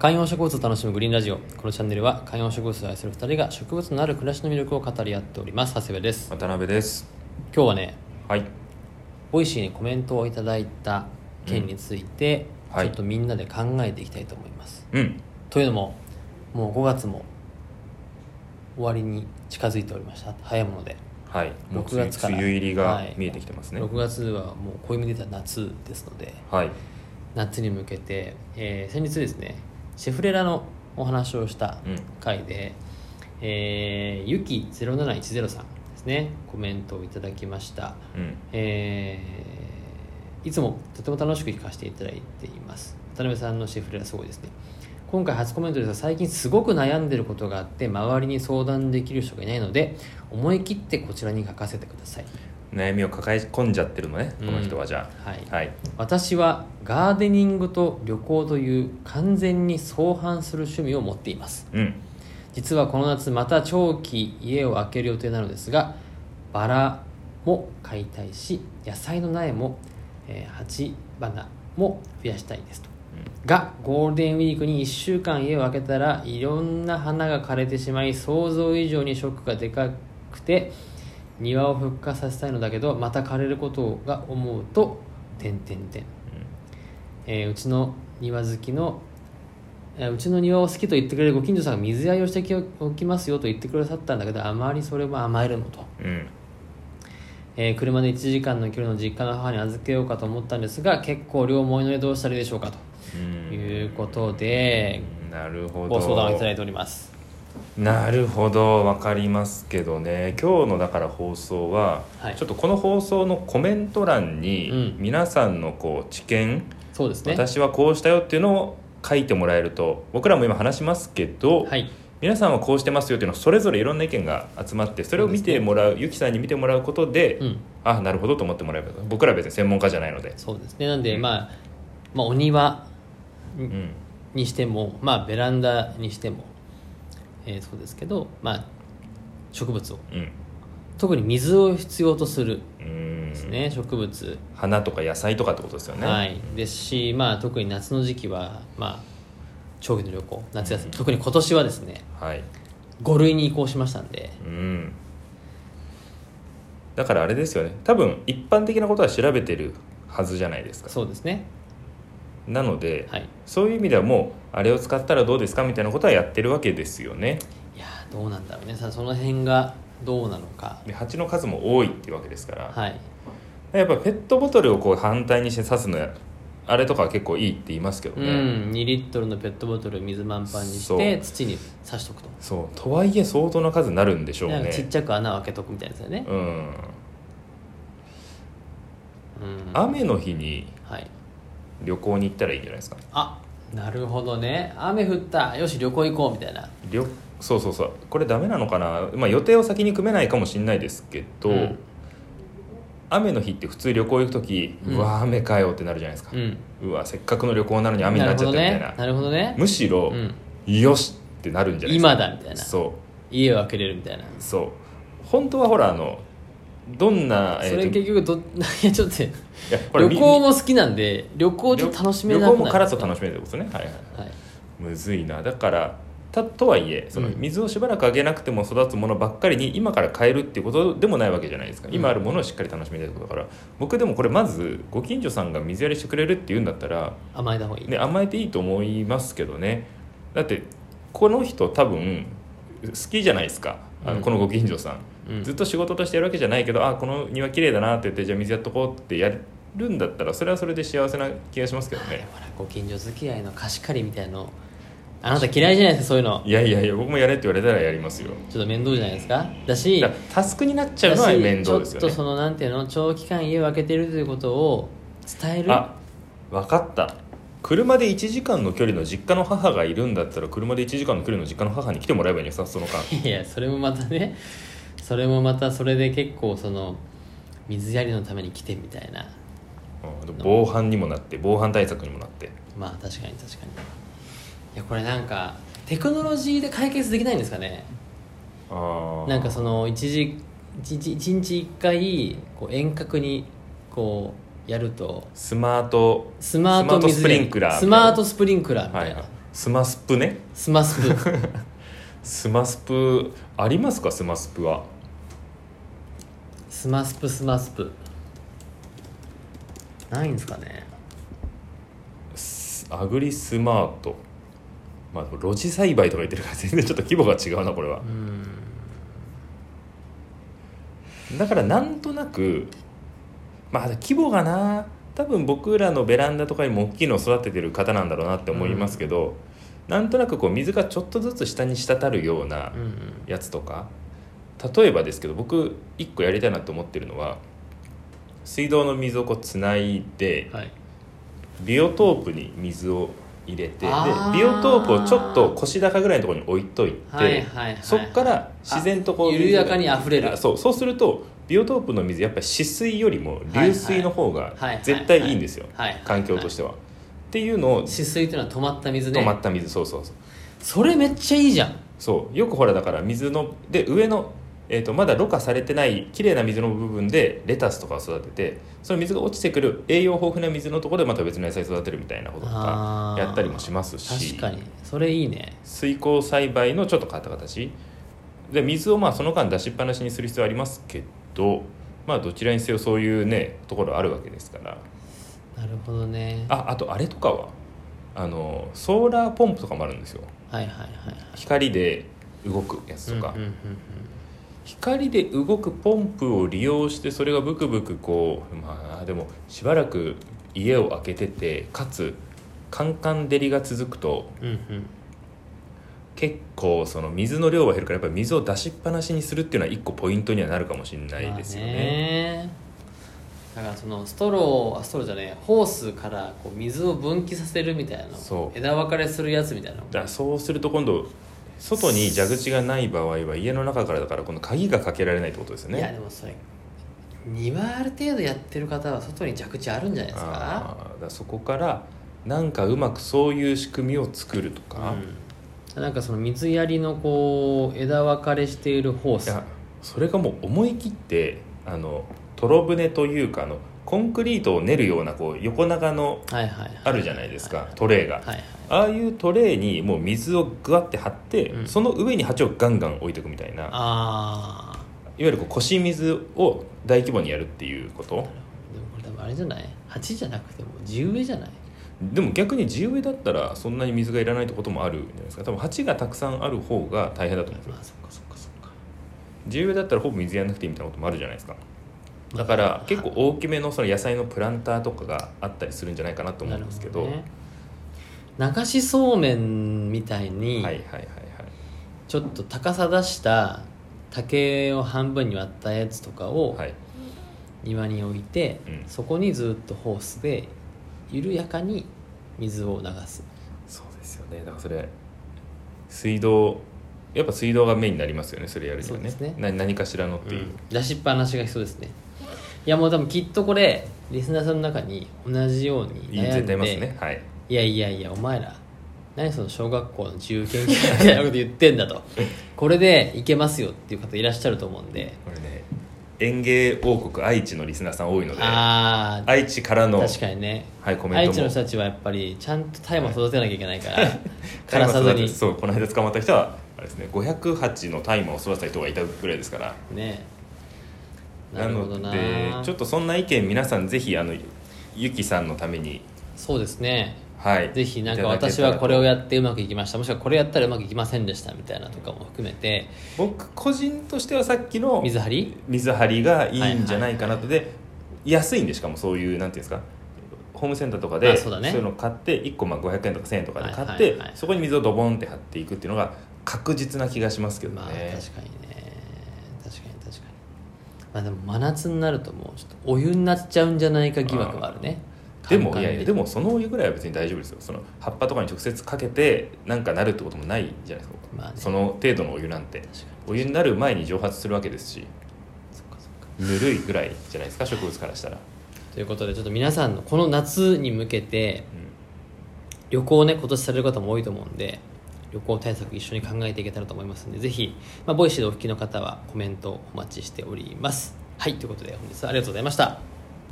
観葉植物を楽しむグリーンラジオ。このチャンネルは観葉植物を愛する2人が植物のある暮らしの魅力を語り合っております。長谷部です。 渡辺です。 今日はね、 はいボイシーにコメントをいただいた件について、 はいちょっとみんなで考えていきたいと思います。というのも、もう5月も終わりに近づいておりました。早いものではい、もう 6月から梅雨入りが見えてきてますね。 6月はもうこういう意味で言ったら夏ですので、 はい夏に向けて、先日ですね、シェフレラのお話をした回で、ゆき0710さんですね、コメントをいただきました。いつもとても楽しく聞かせていただいています。渡辺さんのシェフレラすごいですね。今回初コメントですが、最近すごく悩んでることがあって周りに相談できる人がいないので、思い切ってこちらに書かせてください。 悩みを抱え込んじゃってるのね、この人は。じゃあ、 はい、私はガーデニングと旅行という完全に相反する趣味を持っています。実はこの夏また長期家を空ける予定なのですが、バラも買いたいし、野菜の苗も、鉢花も増やしたいですと。がゴールデンウィークに1週間家を空けたらいろんな花が枯れてしまい、想像以上にショックがでかくて庭を復活させたいのだけど、また枯れることが思うとうちの庭好きのうちの庭を好きと言ってくれるご近所さんが水やりをしておきますよと言ってくださったんだけど、あまりそれも甘えるのと、車で1時間の距離の実家の母に預けようかと思ったんですが、結構量も多いのでどうしたらいいでしょうかということで、 なるほど、 ご相談をいただいております。 なるほど、わかりますけどね。今日のだから放送は、ちょっとこの放送のコメント欄に皆さんのこう知見、 そうですね、 私はこうしたよっていうのを書いてもらえると、僕らも今話しますけど、皆さんはこうしてますよっていうのをそれぞれいろんな意見が集まって、それを見てもらう、ゆきさんに見てもらうことで、あ、なるほどと思ってもらえば、僕らは別に専門家じゃないので。 そうですね。なんで、お庭にしても、ベランダにしても、そうですけど、植物を、特に水を必要とするですね、植物、 花とか野菜とかってことですよね。 ですし、特に夏の時期は、長期の旅行、夏休み、特に今年はですね、5類に移行しましたんで、 だからあれですよね、多分一般的なことは調べてるはずじゃないですか。 そうですね。 なので、そういう意味ではもうあれを使ったらどうですかみたいなことはやってるわけですよね。 いや、どうなんだろうね、その辺がどうなのか。 で、蜂の数も多いっていうわけですから、 やっぱペットボトルをこう反対にして刺すのや、あれとかは結構いいって言いますけどね。 2リットルのペットボトルを水満帆にして土に刺しとくと。 そうとはいえ相当な数になるんでしょうね。 ちっちゃく穴を開けとくみたいですよね。 雨の日に旅行に行ったらいいんじゃないですか。 なるほどね。雨降った、よし旅行行こうみたいな。 そうこれダメなのかな。予定を先に組めないかもしれないですけど、雨の日って普通旅行行くとき、うわ雨かよってなるじゃないですか。うわせっかくの旅行なのに雨になっちゃったみたいな。 なるほどね。 むしろ、よしってなるんじゃないですか。 今だみたいな。家を開けれるみたいな。 本当はほらどんな、 それ結局いやちょっと旅行も好きなんで、旅行ちょっと楽しめなくなる。 旅行もカラッと楽しめるってことね。むずいな。だからとはいえ水をしばらくあげなくても育つものばっかりに今から変えるっていうことでもないわけじゃないですか。今あるものをしっかり楽しみたいってことだから、僕でもこれまずご近所さんが水やりしてくれるって言うんだったら甘えた方がいい、 甘えていいと思いますけどね。だってこの人多分好きじゃないですか、このご近所さん、ずっと仕事としてやるわけじゃないけど、この庭綺麗だなって言って、じゃあ水やっとこうってやるんだったら、それはそれで幸せな気がしますけどね。 ご近所付き合いの貸し借りみたいなの、あなた嫌いじゃないですか、そういうの。 いや僕もやれって言われたらやりますよ。 ちょっと面倒じゃないですか。だしタスクになっちゃうのは面倒ですよね。 ちょっとなんていうの、長期間家を空けてるということを伝える。 分かった。車で1時間の距離の実家の母がいるんだったら、車で1時間の距離の実家の母に来てもらえばいいんですよ、その間。 いや、それもまたね、それで結構水やりのために来てみたいな、 防犯にもなって、防犯対策にもなって、 確かに。いや、これなんかテクノロジーで解決できないんですかね。なんか1日1回遠隔にやると、 スマートスプリンクラーみたいな、 スマスプね。 スマスプスマスプありますか？スマスプは。 スマスプないんですかね。 アグリスマート、まあ露地栽培とか言ってるから全然ちょっと規模が違うなこれは。だからなんとなくまあ規模がな、多分僕らのベランダとかにも大きいのを育ててる方なんだろうなって思いますけど、なんとなくこう水がちょっとずつ下に滴るようなやつとか、例えばですけど僕一個やりたいなと思ってるのは、水道の水をこうつないで、はい、ビオトープに水を入れて、でビオトープをちょっと腰高ぐらいのところに置いといて、はいはいはいはい、そこから自然とこう緩やかにあふれる。 そうするとビオトープの水やっぱり止水よりも流水の方が絶対いいんですよ、環境としては、っていうのを。 止水っていうのは止まった水ね。 止まった水、そうそれめっちゃいいじゃん。 そうよくほらだから水ので上の、まだろ過されてないきれいな水の部分でレタスとかを育てて、その水が落ちてくる栄養豊富な水のところでまた別の野菜育てるみたいなこととかやったりもしますし、 確かにそれいいね。 水耕栽培のちょっと変わった形で水をまあその間出しっぱなしにする必要はありますけど、まあどちらにせよそういうねところあるわけですから。 なるほどね。 あとあれとかはソーラーポンプとかもあるんですよ。 はいはいはい、 光で動くやつとか、光で動くポンプを利用してそれがブクブクこう、まあでもしばらく家を開けててかつカンカン照りが続くと、結構その水の量が減るからやっぱり水を出しっぱなしにするっていうのは一個ポイントにはなるかもしれないですよね。 だからそのストローじゃねえホースからこう水を分岐させるみたいなの、枝分かれするやつみたいなの。 だからそうすると今度外に蛇口がない場合は家の中からだからこの鍵がかけられないってことですよね。 いやでもそれ庭ある程度やってる方は外に蛇口あるんじゃないですか。 だそこからなんかうまくそういう仕組みを作るとか、 なんかその水やりのこう枝分かれしているホース、いやそれがもう思い切って泥船というかコンクリートを練るようなこう横長のあるじゃないですか、トレーが、ああいうトレーにもう水をグワッて張って、その上に鉢をガンガン置いていくみたいな、いわゆるこう腰水を大規模にやるっていうこと。でもこれ多分あれじゃない、鉢じゃなくても地植えじゃない。 でも逆に地植えだったらそんなに水がいらないってこともあるんじゃないですか。多分鉢がたくさんある方が大変だと思うんですよ。そっか地植えだったらほぼ水やらなくていいみたいなこともあるじゃないですか。だから結構大きめのその野菜のプランターとかがあったりするんじゃないかなと思うんですけど、 流しそうめんみたいにちょっと高さ出した竹を半分に割ったやつとかを庭に置いて、そこにずっとホースで緩やかに水を流す。 そうですよね。だからそれやっぱ水道がメインになりますよね、それやるには ね。何かしらのっていう、 出しっぱなしが必要ですね。いやもう多分きっとこれリスナーさんの中に同じように悩んで、 ますね、はい、 いやお前ら何その小学校の自由研究みたいなこと言ってんだとこれでいけますよっていう方いらっしゃると思うんで、 これね園芸王国愛知のリスナーさん多いので、愛知からの確かにね、 はい、コメントも愛知の人たちはやっぱりちゃんと大麻育てなきゃいけないから、枯らさずに。 そうこの間捕まった人はあれですね、500鉢の大麻を育てた人がいたぐらいですからね。 なのでちょっとそんな意見皆さんぜひゆきさんのために。 そうですね、 はい、 ぜひなんか私はこれをやってうまくいきました、もしくはこれやったらうまくいきませんでしたみたいなとかも含めて、 僕個人としてはさっきの水張りがいいんじゃないかなと。で安いんで、しかもそういうなんていうんですか、ホームセンターとかでそういうのを買って1個まあ500円とか1000円とかで買って、そこに水をドボンって張っていくっていうのが確実な気がしますけどね。 まあ確かにね、確かにまあでも真夏になるともうちょっとお湯になっちゃうんじゃないか疑惑があるね。 でもでもそのお湯ぐらいは別に大丈夫ですよ。その葉っぱとかに直接かけてなんかなるってこともないじゃないですか、まあね、その程度のお湯なんてお湯になる前に蒸発するわけですし、ぬるいぐらいじゃないですか、植物からしたら。 ということでちょっと皆さんのこの夏に向けて旅行をね今年される方も多いと思うんで、旅行対策一緒に考えていけたらと思いますので、ぜひ、ボイシーでお聞きの方はコメントお待ちしております。はい、ということで本日はありがとうございました。